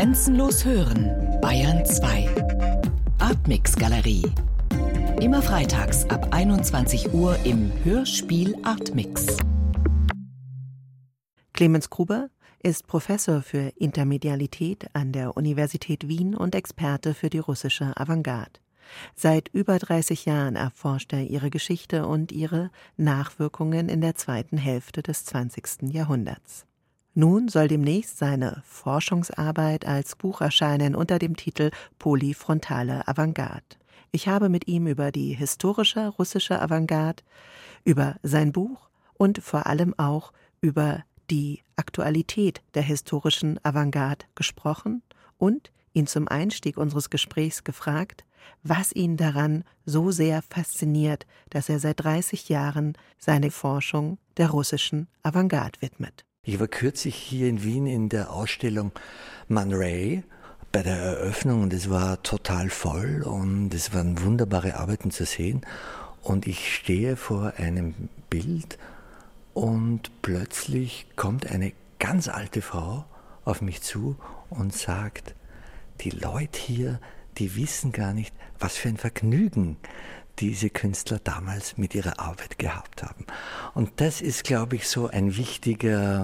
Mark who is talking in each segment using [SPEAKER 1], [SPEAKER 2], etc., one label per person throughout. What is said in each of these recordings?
[SPEAKER 1] Grenzenlos hören, Bayern 2. Artmix Galerie. Immer freitags ab 21 Uhr im Hörspiel Artmix.
[SPEAKER 2] Clemens Gruber ist Professor für Intermedialität an der Universität Wien und Experte für die russische Avantgarde. Seit über 30 Jahren erforscht er ihre Geschichte und ihre Nachwirkungen in der zweiten Hälfte des 20. Jahrhunderts. Nun soll demnächst seine Forschungsarbeit als Buch erscheinen unter dem Titel Polyfrontale Avantgarde. Ich habe mit ihm über die historische russische Avantgarde, über sein Buch und vor allem auch über die Aktualität der historischen Avantgarde gesprochen und ihn zum Einstieg unseres Gesprächs gefragt, was ihn daran so sehr fasziniert, dass er seit 30 Jahren seine Forschung der russischen Avantgarde widmet.
[SPEAKER 3] Ich war kürzlich hier in Wien in der Ausstellung Man Ray bei der Eröffnung und es war total voll und es waren wunderbare Arbeiten zu sehen und ich stehe vor einem Bild und plötzlich kommt eine ganz alte Frau auf mich zu und sagt, die Leute hier, die wissen gar nicht, was für ein Vergnügen diese Künstler damals mit ihrer Arbeit gehabt haben. Und das ist, glaube ich, so ein wichtiger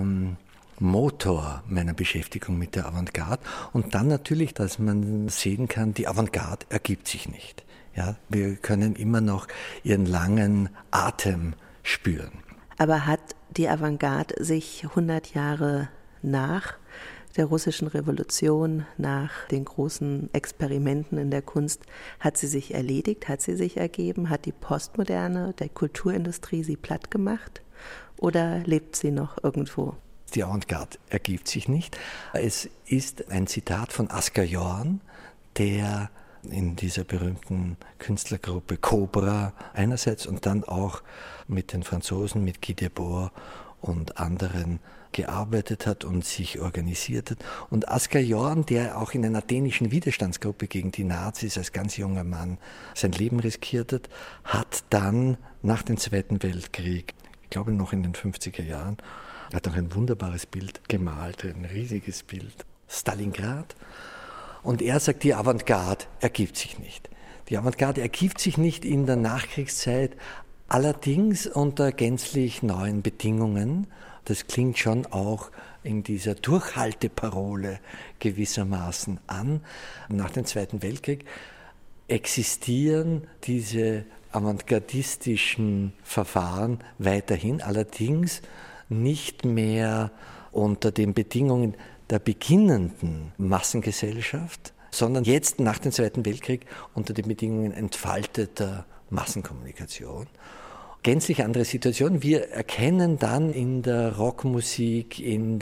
[SPEAKER 3] Motor meiner Beschäftigung mit der Avantgarde. Und dann natürlich, dass man sehen kann, die Avantgarde ergibt sich nicht. Ja, wir können immer noch ihren langen Atem spüren.
[SPEAKER 2] Aber hat die Avantgarde sich 100 Jahre nach der russischen Revolution, nach den großen Experimenten in der Kunst, hat sie sich erledigt, hat sie sich ergeben, hat die Postmoderne der Kulturindustrie sie platt gemacht oder lebt sie noch irgendwo?
[SPEAKER 3] Die Avantgarde ergibt sich nicht. Es ist ein Zitat von Askar Jorn, der in dieser berühmten Künstlergruppe Cobra einerseits und dann auch mit den Franzosen, mit Guy Debord und anderen gearbeitet hat und sich organisiert hat. Und Askar Jorn, der auch in einer dänischen Widerstandsgruppe gegen die Nazis als ganz junger Mann sein Leben riskiert hat, hat dann nach dem Zweiten Weltkrieg, ich glaube noch in den 50er Jahren, hat noch ein wunderbares Bild gemalt, ein riesiges Bild, Stalingrad. Und er sagt, die Avantgarde ergibt sich nicht. Die Avantgarde ergibt sich nicht in der Nachkriegszeit, allerdings unter gänzlich neuen Bedingungen. Das klingt schon auch in dieser Durchhalteparole gewissermaßen an. Nach dem Zweiten Weltkrieg existieren diese avantgardistischen Verfahren weiterhin, allerdings nicht mehr unter den Bedingungen der beginnenden Massengesellschaft, sondern jetzt nach dem Zweiten Weltkrieg unter den Bedingungen entfalteter Massenkommunikation. Gänzlich andere Situation. Wir erkennen dann in der Rockmusik,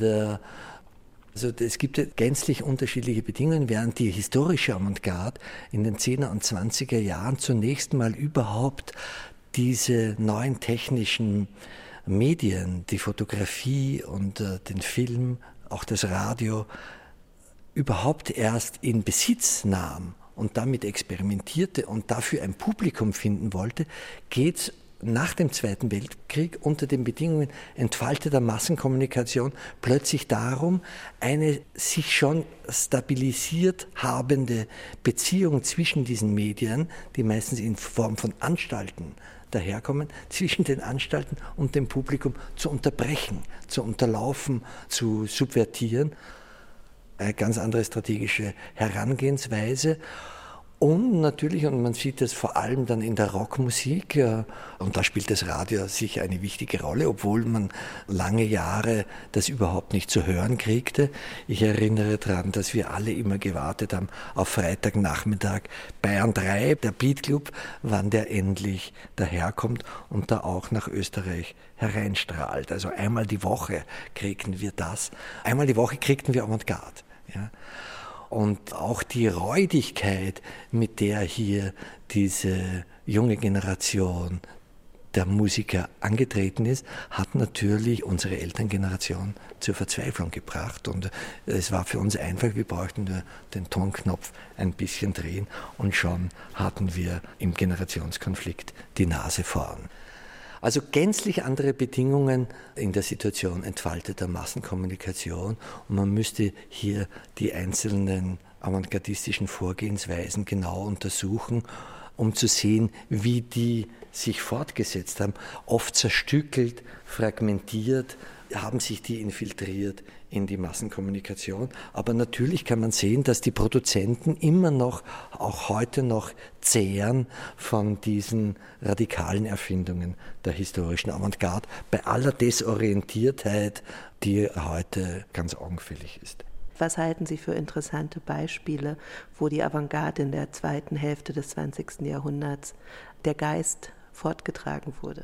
[SPEAKER 3] also es gibt gänzlich unterschiedliche Bedingungen, während die historische Avantgarde in den 10er und 20er Jahren zunächst mal überhaupt diese neuen technischen Medien, die Fotografie und den Film, auch das Radio, überhaupt erst in Besitz nahm und damit experimentierte und dafür ein Publikum finden wollte, geht es nach dem Zweiten Weltkrieg unter den Bedingungen entfalteter Massenkommunikation plötzlich darum, eine sich schon stabilisiert habende Beziehung zwischen diesen Medien, die meistens in Form von Anstalten daherkommen, zwischen den Anstalten und dem Publikum zu unterbrechen, zu unterlaufen, zu subvertieren. Eine ganz andere strategische Herangehensweise. Und natürlich, und man sieht das vor allem dann in der Rockmusik, und da spielt das Radio sicher eine wichtige Rolle, obwohl man lange Jahre das überhaupt nicht zu hören kriegte. Ich erinnere daran, dass wir alle immer gewartet haben auf Freitagnachmittag Bayern 3, der Beat Club, wann der endlich daherkommt und da auch nach Österreich hereinstrahlt. Also einmal die Woche kriegten wir das, einmal die Woche kriegten wir Avantgarde. Ja. Und auch die Räudigkeit, mit der hier diese junge Generation der Musiker angetreten ist, hat natürlich unsere Elterngeneration zur Verzweiflung gebracht. Und es war für uns einfach, wir brauchten nur den Tonknopf ein bisschen drehen und schon hatten wir im Generationskonflikt die Nase vorn. Also gänzlich andere Bedingungen in der Situation entfalteter Massenkommunikation und man müsste hier die einzelnen avantgardistischen Vorgehensweisen genau untersuchen, um zu sehen, wie die sich fortgesetzt haben. Oft zerstückelt, fragmentiert, haben sich die infiltriert in die Massenkommunikation. Aber natürlich kann man sehen, dass die Produzenten immer noch, auch heute noch, zehren von diesen radikalen Erfindungen der historischen Avantgarde, bei aller Desorientiertheit, die heute ganz augenfällig ist.
[SPEAKER 2] Was halten Sie für interessante Beispiele, wo die Avantgarde in der zweiten Hälfte des 20. Jahrhunderts der Geist fortgetragen wurde?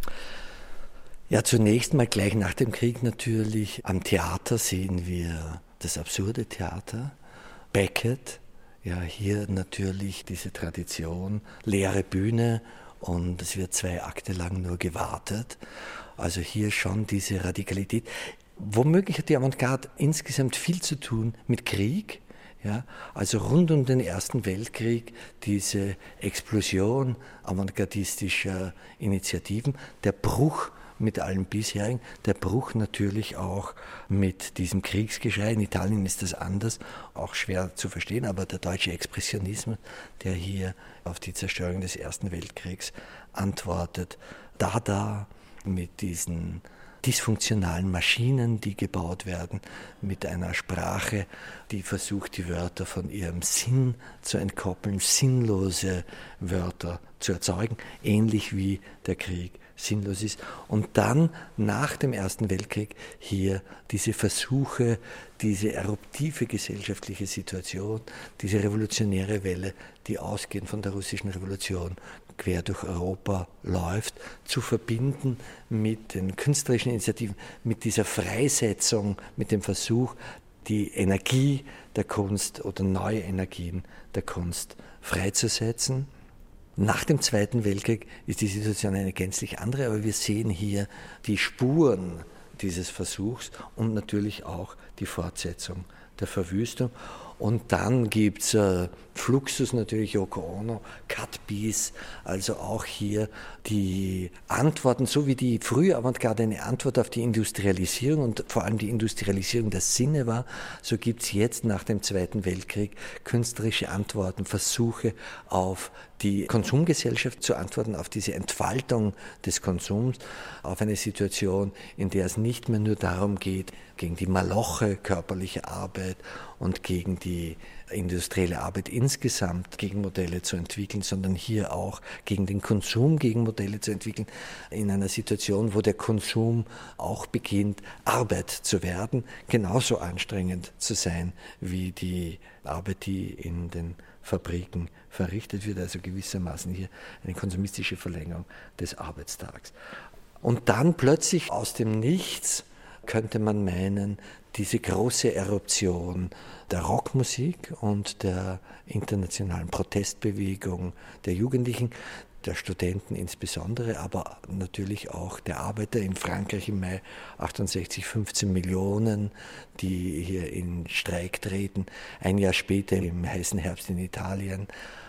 [SPEAKER 3] Ja, zunächst mal gleich nach dem Krieg natürlich. Am Theater sehen wir das absurde Theater, Beckett, ja hier natürlich diese Tradition, leere Bühne und es wird 2 Akte lang nur gewartet. Also hier schon diese Radikalität. Womöglich hat die Avantgarde insgesamt viel zu tun mit Krieg. Ja, also rund um den Ersten Weltkrieg diese Explosion avantgardistischer Initiativen, der Bruch mit allem bisherigen, der Bruch natürlich auch mit diesem Kriegsgeschrei. In Italien ist das anders, auch schwer zu verstehen, aber der deutsche Expressionismus, der hier auf die Zerstörung des Ersten Weltkriegs antwortet, Dada mit diesen dysfunktionalen Maschinen, die gebaut werden, mit einer Sprache, die versucht, die Wörter von ihrem Sinn zu entkoppeln, sinnlose Wörter zu erzeugen, ähnlich wie der Krieg sinnlos ist. Und dann nach dem Ersten Weltkrieg hier diese Versuche, diese eruptive gesellschaftliche Situation, diese revolutionäre Welle, die ausgehend von der russischen Revolution quer durch Europa läuft, zu verbinden mit den künstlerischen Initiativen, mit dieser Freisetzung, mit dem Versuch, die Energie der Kunst oder neue Energien der Kunst freizusetzen. Nach dem Zweiten Weltkrieg ist die Situation eine gänzlich andere, aber wir sehen hier die Spuren dieses Versuchs und natürlich auch die Fortsetzung der Verwüstung. Und dann gibt es Fluxus natürlich, Yoko Ono, Cut Piece, also auch hier die Antworten, so wie die frühe Avantgarde eine Antwort auf die Industrialisierung und vor allem die Industrialisierung der Sinne war, so gibt es jetzt nach dem Zweiten Weltkrieg künstlerische Antworten, Versuche auf die Konsumgesellschaft zu antworten, auf diese Entfaltung des Konsums, auf eine Situation, in der es nicht mehr nur darum geht, gegen die Maloche körperliche Arbeit und gegen die industrielle Arbeit insgesamt Gegenmodelle zu entwickeln, sondern hier auch gegen den Konsum Gegenmodelle zu entwickeln, in einer Situation, wo der Konsum auch beginnt, Arbeit zu werden, genauso anstrengend zu sein wie die Arbeit, die in den Fabriken verrichtet wird, also gewissermaßen hier eine konsumistische Verlängerung des Arbeitstags. Und dann plötzlich aus dem Nichts könnte man meinen, diese große Eruption der Rockmusik und der internationalen Protestbewegung der Jugendlichen, der Studenten insbesondere, aber natürlich auch der Arbeiter in Frankreich im Mai 68, 15 Millionen, die hier in Streik treten. Ein Jahr später im heißen Herbst in Italien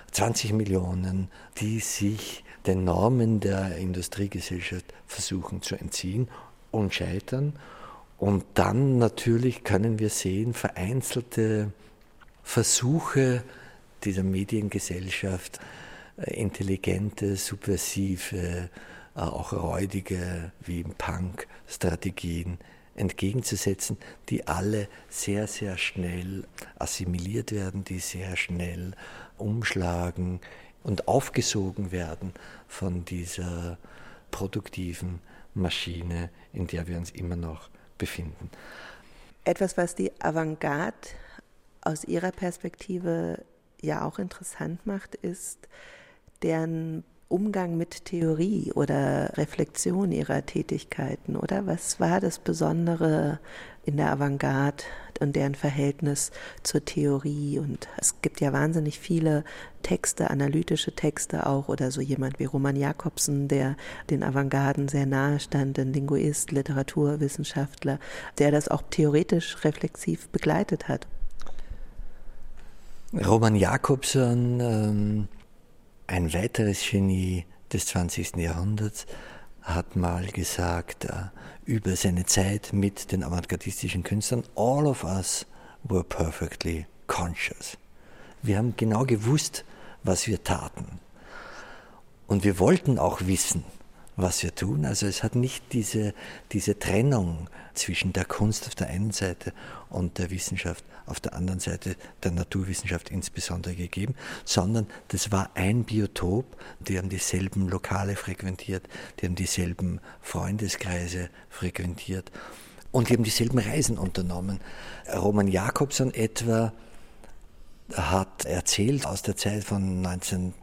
[SPEAKER 3] 20 Millionen, die sich den Normen der Industriegesellschaft versuchen zu entziehen und scheitern. Und dann natürlich können wir sehen, vereinzelte Versuche dieser Mediengesellschaft, intelligente, subversive, auch räudige, wie im Punk, Strategien entgegenzusetzen, die alle sehr, sehr schnell assimiliert werden, die sehr schnell umschlagen und aufgesogen werden von dieser produktiven Maschine, in der wir uns immer noch befinden.
[SPEAKER 2] Etwas, was die Avantgarde aus Ihrer Perspektive ja auch interessant macht, ist deren Umgang mit Theorie oder Reflexion ihrer Tätigkeiten, oder? Was war das Besondere in der Avantgarde und deren Verhältnis zur Theorie? Und es gibt ja wahnsinnig viele Texte, analytische Texte auch, oder so jemand wie Roman Jakobson, der den Avantgarden sehr nahe stand, ein Linguist, Literaturwissenschaftler, der das auch theoretisch reflexiv begleitet hat.
[SPEAKER 3] Roman Jakobson, ein weiteres Genie des 20. Jahrhunderts, hat mal gesagt, über seine Zeit mit den avantgardistischen Künstlern, all of us were perfectly conscious. Wir haben genau gewusst, was wir taten. Und wir wollten auch wissen, was wir tun. Also es hat nicht diese Trennung zwischen der Kunst auf der einen Seite und der Wissenschaft auf der anderen Seite, der Naturwissenschaft insbesondere gegeben, sondern das war ein Biotop. Die haben dieselben Lokale frequentiert, die haben dieselben Freundeskreise frequentiert und die haben dieselben Reisen unternommen. Roman Jakobson etwa hat erzählt aus der Zeit von 1913,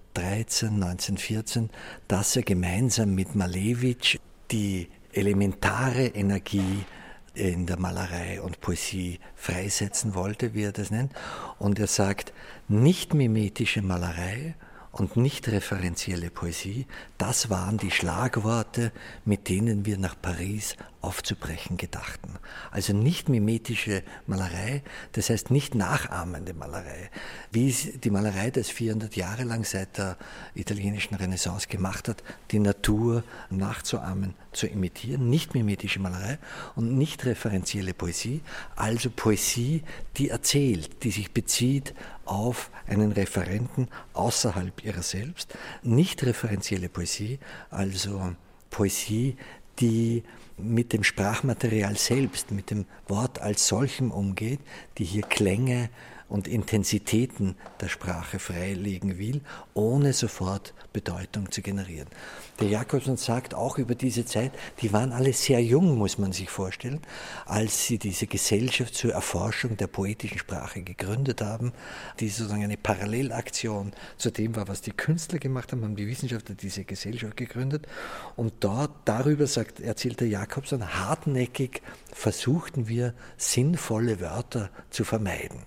[SPEAKER 3] 1914, dass er gemeinsam mit Malevich die elementare Energie in der Malerei und Poesie freisetzen wollte, wie er das nennt. Und er sagt, nicht mimetische Malerei und nicht referenzielle Poesie, das waren die Schlagworte, mit denen wir nach Paris aufzubrechen gedachten. Also nicht mimetische Malerei, das heißt nicht nachahmende Malerei, wie die Malerei das 400 Jahre lang seit der italienischen Renaissance gemacht hat, die Natur nachzuahmen, zu imitieren, nicht mimetische Malerei und nicht referenzielle Poesie, also Poesie, die erzählt, die sich bezieht auf einen Referenten außerhalb ihrer selbst, nicht referenzielle Poesie, also Poesie, die mit dem Sprachmaterial selbst, mit dem Wort als solchem umgeht, die hier Klänge und Intensitäten der Sprache freilegen will, ohne sofort Bedeutung zu generieren. Der Jakobson sagt auch über diese Zeit, die waren alle sehr jung, muss man sich vorstellen, als sie diese Gesellschaft zur Erforschung der poetischen Sprache gegründet haben, die sozusagen eine Parallelaktion zu dem war, was die Künstler gemacht haben, haben die Wissenschaftler diese Gesellschaft gegründet. Und darüber erzählt der Jakobson, hartnäckig versuchten wir, sinnvolle Wörter zu vermeiden.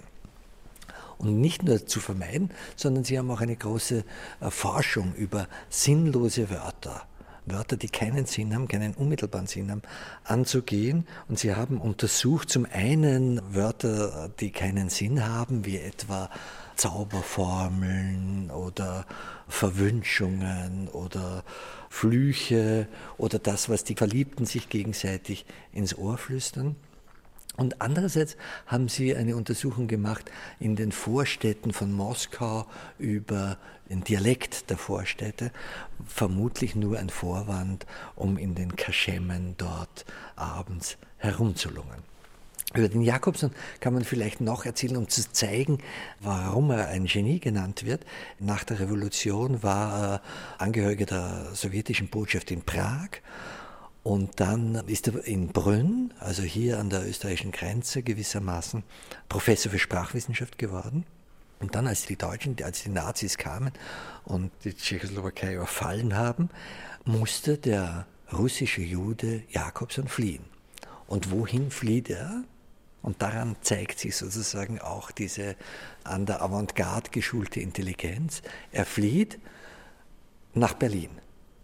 [SPEAKER 3] Und nicht nur zu vermeiden, sondern sie haben auch eine große Forschung über sinnlose Wörter, Wörter, die keinen Sinn haben, keinen unmittelbaren Sinn haben, anzugehen. Und sie haben untersucht zum einen Wörter, die keinen Sinn haben, wie etwa Zauberformeln oder Verwünschungen oder Flüche oder das, was die Verliebten sich gegenseitig ins Ohr flüstern. Und andererseits haben sie eine Untersuchung gemacht in den Vorstädten von Moskau über den Dialekt der Vorstädte, vermutlich nur ein Vorwand, um in den Kaschemmen dort abends herumzulungern. Über den Jakobson kann man vielleicht noch erzählen, um zu zeigen, warum er ein Genie genannt wird. Nach der Revolution war er Angehöriger der sowjetischen Botschaft in Prag. Und dann ist er in Brünn, also hier an der österreichischen Grenze gewissermaßen, Professor für Sprachwissenschaft geworden. Und dann, als die Nazis kamen und die Tschechoslowakei überfallen haben, musste der russische Jude Jakobson fliehen. Und wohin flieht er? Und daran zeigt sich sozusagen auch diese an der Avantgarde geschulte Intelligenz. Er flieht nach Berlin.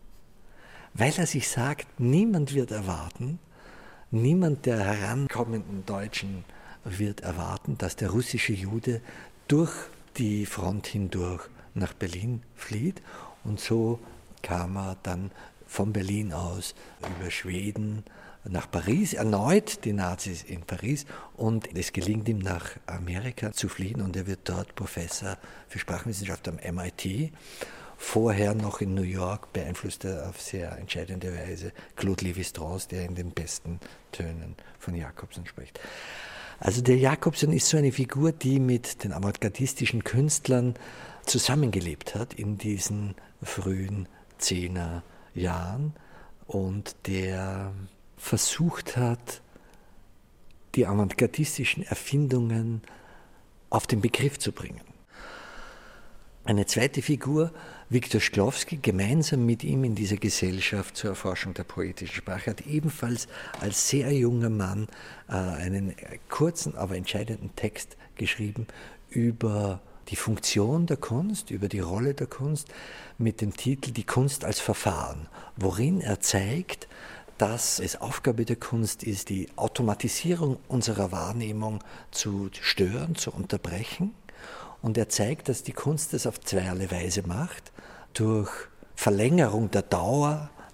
[SPEAKER 3] Weil er sich sagt, niemand wird erwarten, niemand der herankommenden Deutschen wird erwarten, dass der russische Jude durch die Front hindurch nach Berlin flieht. Und so kam er dann von Berlin aus über Schweden nach Paris, erneut die Nazis in Paris, und es gelingt ihm nach Amerika zu fliehen und er wird dort Professor für Sprachwissenschaft am MIT. Vorher noch in New York beeinflusst er auf sehr entscheidende Weise Claude Lévi-Strauss, der in den besten Tönen von Jakobson spricht. Also der Jakobson ist so eine Figur, die mit den avantgardistischen Künstlern zusammengelebt hat in diesen frühen 10er Jahren und der versucht hat, die avantgardistischen Erfindungen auf den Begriff zu bringen. Eine zweite Figur, Viktor Shklovsky, gemeinsam mit ihm in dieser Gesellschaft zur Erforschung der poetischen Sprache, hat ebenfalls als sehr junger Mann einen kurzen, aber entscheidenden Text geschrieben über die Funktion der Kunst, über die Rolle der Kunst, mit dem Titel Die Kunst als Verfahren, worin er zeigt, dass es Aufgabe der Kunst ist, die Automatisierung unserer Wahrnehmung zu stören, zu unterbrechen. Und er zeigt, dass die Kunst das auf zweierlei Weise macht, durch Verlängerung der Dauer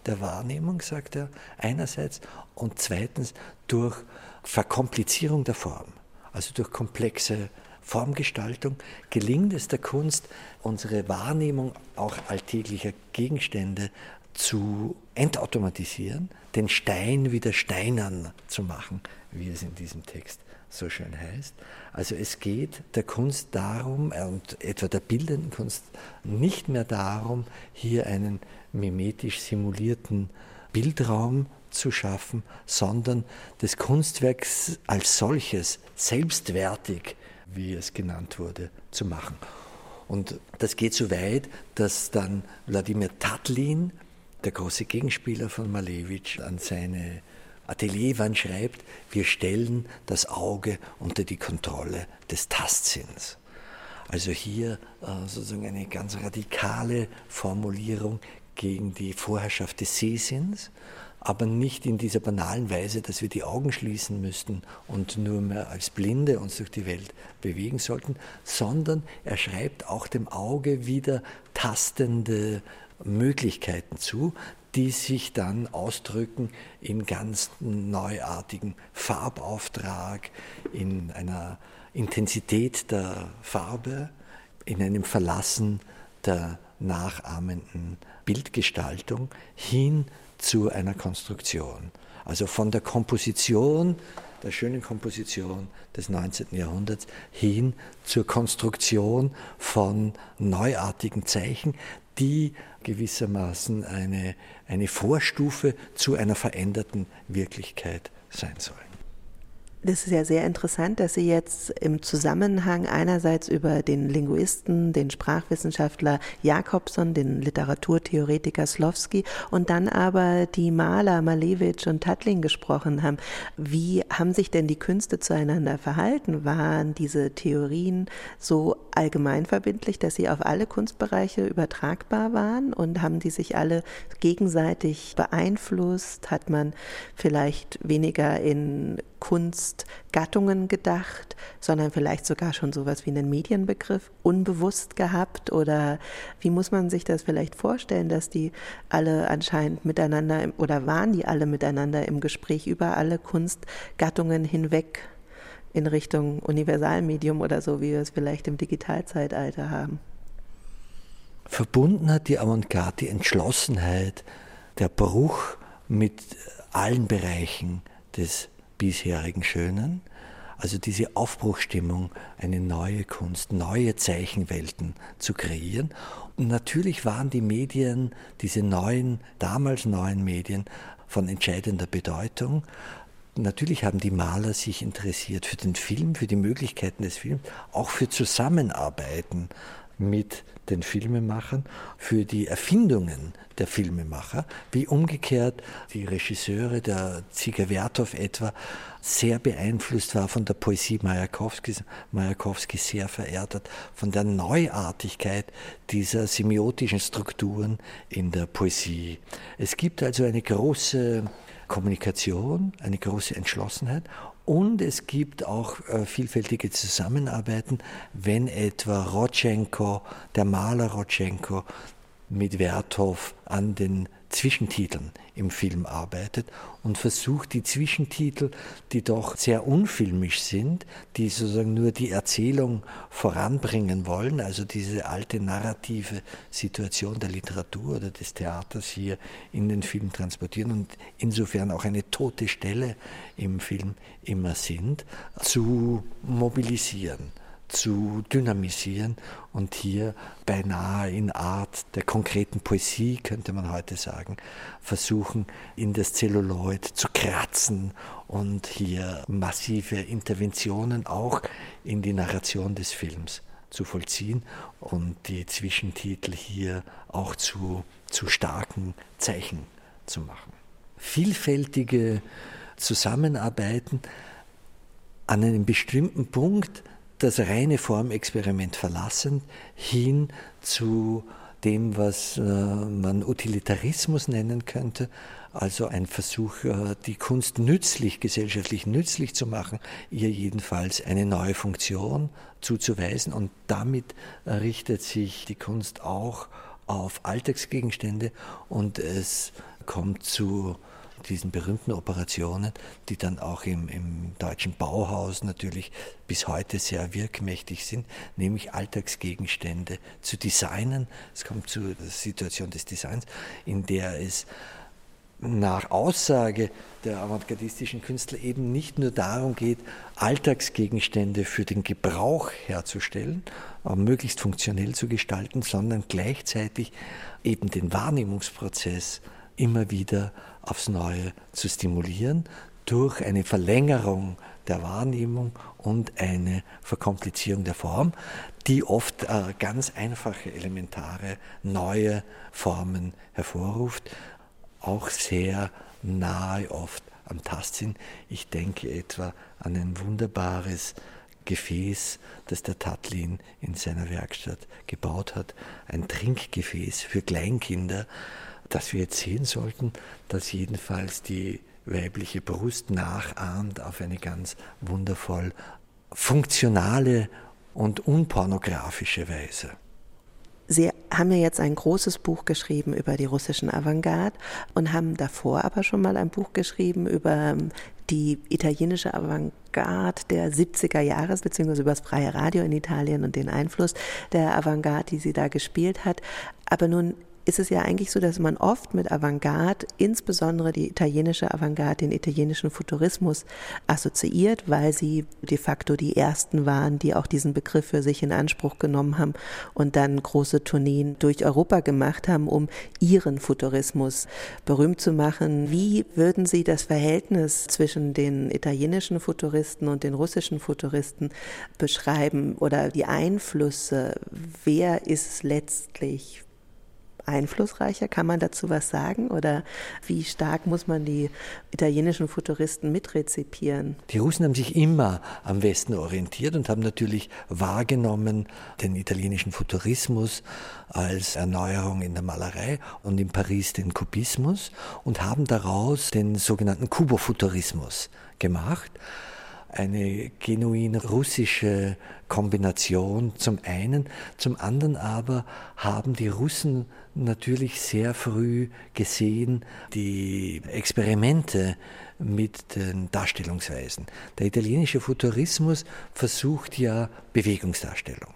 [SPEAKER 3] der Wahrnehmung, sagt er, einerseits, und zweitens durch Verkomplizierung der Form, also durch komplexe Formgestaltung, gelingt es der Kunst, unsere Wahrnehmung auch alltäglicher Gegenstände zu entautomatisieren, den Stein wieder steinern zu machen, wie es in diesem Text so schön heißt. Also es geht der Kunst darum, und etwa der bildenden Kunst, nicht mehr darum, hier einen mimetisch simulierten Bildraum zu schaffen, sondern des Kunstwerks als solches selbstwertig, wie es genannt wurde, zu machen. Und das geht so weit, dass dann Wladimir Tatlin, der große Gegenspieler von Malevich, an seine Atelierwand schreibt, wir stellen das Auge unter die Kontrolle des Tastsinns. Also hier sozusagen eine ganz radikale Formulierung gegen die Vorherrschaft des Sehsinns, aber nicht in dieser banalen Weise, dass wir die Augen schließen müssten und nur mehr als Blinde uns durch die Welt bewegen sollten, sondern er schreibt auch dem Auge wieder tastende Möglichkeiten zu, die sich dann ausdrücken in ganz neuartigen Farbauftrag, in einer Intensität der Farbe, in einem Verlassen der nachahmenden Bildgestaltung hin zu einer Konstruktion. Also von der Komposition, der schönen Komposition des 19. Jahrhunderts hin zur Konstruktion von neuartigen Zeichen, die gewissermaßen eine Vorstufe zu einer veränderten Wirklichkeit sein sollen.
[SPEAKER 2] Das ist ja sehr interessant, dass Sie jetzt im Zusammenhang einerseits über den Linguisten, den Sprachwissenschaftler Jakobson, den Literaturtheoretiker Slowski und dann aber die Maler Malevich und Tatlin gesprochen haben. Wie haben sich denn die Künste zueinander verhalten? Waren diese Theorien so allgemeinverbindlich, dass sie auf alle Kunstbereiche übertragbar waren? Und haben die sich alle gegenseitig beeinflusst? Hat man vielleicht weniger in Kunstgattungen gedacht, sondern vielleicht sogar schon sowas wie einen Medienbegriff unbewusst gehabt? Oder wie muss man sich das vielleicht vorstellen, dass die alle anscheinend miteinander oder waren die alle miteinander im Gespräch über alle Kunstgattungen hinweg in Richtung Universalmedium oder so, wie wir es vielleicht im Digitalzeitalter haben?
[SPEAKER 3] Verbunden hat die Avantgarde die Entschlossenheit, der Bruch mit allen Bereichen des bisherigen Schönen, also diese Aufbruchstimmung, eine neue Kunst, neue Zeichenwelten zu kreieren. Und natürlich waren die Medien, diese neuen, damals neuen Medien, von entscheidender Bedeutung. Natürlich haben die Maler sich interessiert für den Film, für die Möglichkeiten des Films, auch für Zusammenarbeiten mit den Filmemachern, für die Erfindungen der Filmemacher, wie umgekehrt die Regisseure, der Ziga-Vertov etwa, sehr beeinflusst war von der Poesie Majakowski sehr verehrt hat, von der Neuartigkeit dieser semiotischen Strukturen in der Poesie. Es gibt also eine große Kommunikation, eine große Entschlossenheit. Und es gibt auch vielfältige Zusammenarbeiten, wenn etwa Rodchenko, der Maler Rodchenko, mit Vertov an den Zwischentiteln im Film arbeitet und versucht, die Zwischentitel, die doch sehr unfilmisch sind, die sozusagen nur die Erzählung voranbringen wollen, also diese alte narrative Situation der Literatur oder des Theaters hier in den Film transportieren und insofern auch eine tote Stelle im Film immer sind, zu mobilisieren, zu dynamisieren und hier beinahe in Art der konkreten Poesie, könnte man heute sagen, versuchen, in das Zelluloid zu kratzen und hier massive Interventionen auch in die Narration des Films zu vollziehen und die Zwischentitel hier auch zu starken Zeichen zu machen. Vielfältige Zusammenarbeiten an einem bestimmten Punkt, das reine Formexperiment verlassend, hin zu dem, was man Utilitarismus nennen könnte, also ein Versuch, die Kunst nützlich, gesellschaftlich nützlich zu machen, ihr jedenfalls eine neue Funktion zuzuweisen, und damit richtet sich die Kunst auch auf Alltagsgegenstände und es kommt zu diesen berühmten Operationen, die dann auch im deutschen Bauhaus natürlich bis heute sehr wirkmächtig sind, nämlich Alltagsgegenstände zu designen. Es kommt zu der Situation des Designs, in der es nach Aussage der avantgardistischen Künstler eben nicht nur darum geht, Alltagsgegenstände für den Gebrauch herzustellen, aber möglichst funktionell zu gestalten, sondern gleichzeitig eben den Wahrnehmungsprozess immer wieder aufs Neue zu stimulieren durch eine Verlängerung der Wahrnehmung und eine Verkomplizierung der Form, die oft ganz einfache, elementare, neue Formen hervorruft, auch sehr nahe oft am Tastsinn. Ich denke etwa an ein wunderbares Gefäß, das der Tatlin in seiner Werkstatt gebaut hat, ein Trinkgefäß für Kleinkinder, das wir jetzt sehen sollten, das jedenfalls die weibliche Brust nachahmt auf eine ganz wundervoll funktionale und unpornografische Weise.
[SPEAKER 2] Sie haben ja jetzt ein großes Buch geschrieben über die russischen Avantgarde und haben davor aber schon mal ein Buch geschrieben über die italienische Avantgarde der 70er Jahre, beziehungsweise über das freie Radio in Italien und den Einfluss der Avantgarde, die sie da gespielt hat. Aber nun ist es ja eigentlich so, dass man oft mit Avantgarde, insbesondere die italienische Avantgarde, den italienischen Futurismus assoziiert, weil sie de facto die ersten waren, die auch diesen Begriff für sich in Anspruch genommen haben und dann große Tourneen durch Europa gemacht haben, um ihren Futurismus berühmt zu machen. Wie würden Sie das Verhältnis zwischen den italienischen Futuristen und den russischen Futuristen beschreiben oder die Einflüsse? Wer ist letztlich einflussreicher? Kann man dazu was sagen? Oder wie stark muss man die italienischen Futuristen mitrezipieren?
[SPEAKER 3] Die Russen haben sich immer am Westen orientiert und haben natürlich wahrgenommen den italienischen Futurismus als Erneuerung in der Malerei und in Paris den Kubismus und haben daraus den sogenannten Kubofuturismus gemacht. Eine genuin russische Kombination zum einen, zum anderen aber haben die Russen natürlich sehr früh gesehen die Experimente mit den Darstellungsweisen. Der italienische Futurismus versucht ja Bewegungsdarstellung.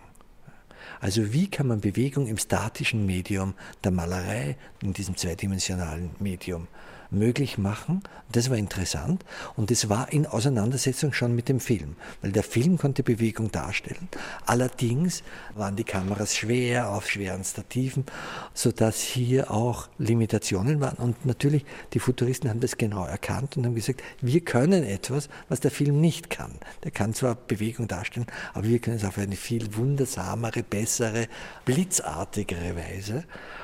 [SPEAKER 3] Also wie kann man Bewegung im statischen Medium der Malerei, in diesem zweidimensionalen Medium, möglich machen. Das war interessant und das war in Auseinandersetzung schon mit dem Film, weil der Film konnte Bewegung darstellen. Allerdings waren die Kameras schwer, auf schweren Stativen, sodass hier auch Limitationen waren und natürlich die Futuristen haben das genau erkannt und haben gesagt, wir können etwas, was der Film nicht kann. Der kann zwar Bewegung darstellen, aber wir können es auf eine viel wundersamere, bessere, blitzartigere Weise.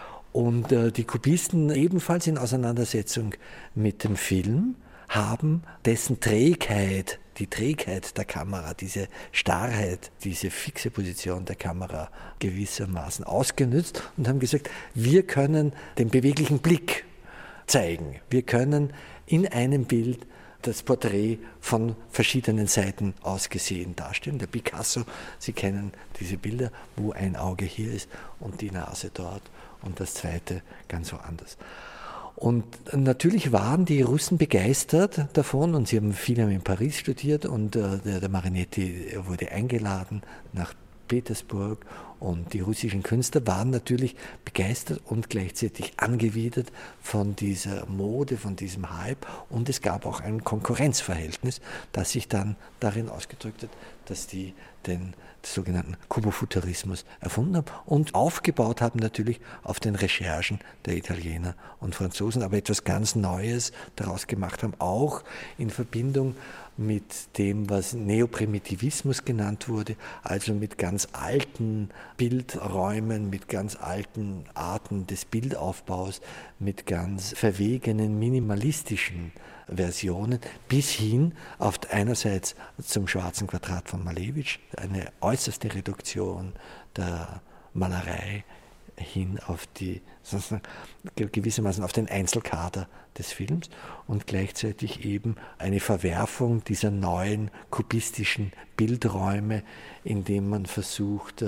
[SPEAKER 3] Und die Kubisten ebenfalls in Auseinandersetzung mit dem Film haben dessen Trägheit, die Trägheit der Kamera, diese Starrheit, diese fixe Position der Kamera gewissermaßen ausgenutzt und haben gesagt, wir können den beweglichen Blick zeigen. Wir können in einem Bild das Porträt von verschiedenen Seiten aus gesehen darstellen. Der Picasso, Sie kennen diese Bilder, wo ein Auge hier ist und die Nase dort und das zweite ganz woanders. Und natürlich waren die Russen begeistert davon und viele haben in Paris studiert und der Marinetti wurde eingeladen nach Petersburg und die russischen Künstler waren natürlich begeistert und gleichzeitig angewidert von dieser Mode, von diesem Hype und es gab auch ein Konkurrenzverhältnis, das sich dann darin ausgedrückt hat, dass die den sogenannten Kubofuturismus erfunden haben und aufgebaut haben natürlich auf den Recherchen der Italiener und Franzosen, aber etwas ganz Neues daraus gemacht haben, auch in Verbindung mit dem, was Neoprimitivismus genannt wurde, also mit ganz alten Bildräumen, mit ganz alten Arten des Bildaufbaus, mit ganz verwegenen, minimalistischen Versionen, bis hin auf einerseits zum Schwarzen Quadrat von Malevich, eine äußerste Reduktion der Malerei hin auf die, gewissermaßen auf den Einzelkader des Films und gleichzeitig eben eine Verwerfung dieser neuen kubistischen Bildräume, indem man versucht,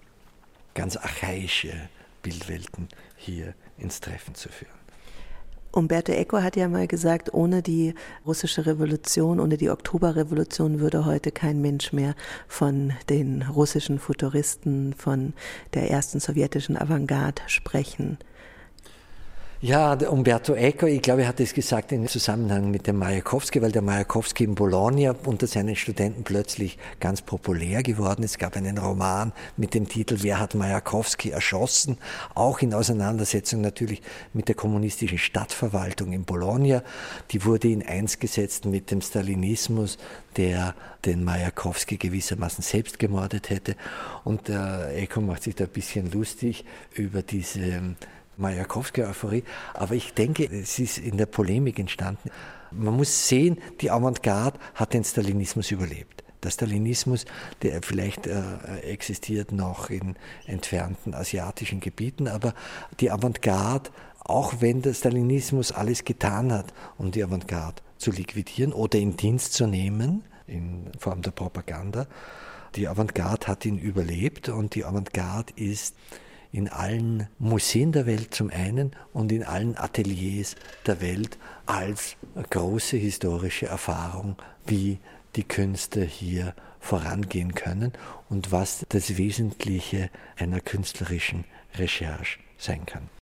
[SPEAKER 3] ganz archaische Bildwelten hier ins Treffen zu führen.
[SPEAKER 2] Umberto Eco hat ja mal gesagt, ohne die russische Revolution, ohne die Oktoberrevolution würde heute kein Mensch mehr von den russischen Futuristen, von der ersten sowjetischen Avantgarde sprechen.
[SPEAKER 3] Ja, der Umberto Eco, ich glaube, er hat es gesagt im Zusammenhang mit dem Majakovskij, weil der Majakovskij in Bologna unter seinen Studenten plötzlich ganz populär geworden ist. Es gab einen Roman mit dem Titel Wer hat Majakovskij erschossen? Auch in Auseinandersetzung natürlich mit der kommunistischen Stadtverwaltung in Bologna. Die wurde in eins gesetzt mit dem Stalinismus, der den Majakovskij gewissermaßen selbst gemordet hätte. Und der Eco macht sich da ein bisschen lustig über diese Majakovskij-Euphorie, aber ich denke, es ist in der Polemik entstanden. Man muss sehen, die Avantgarde hat den Stalinismus überlebt. Der Stalinismus, der vielleicht existiert noch in entfernten asiatischen Gebieten, aber die Avantgarde, auch wenn der Stalinismus alles getan hat, um die Avantgarde zu liquidieren oder in Dienst zu nehmen, in Form der Propaganda, die Avantgarde hat ihn überlebt und die Avantgarde ist in allen Museen der Welt zum einen und in allen Ateliers der Welt als große historische Erfahrung, wie die Künste hier vorangehen können und was das Wesentliche einer künstlerischen Recherche sein kann.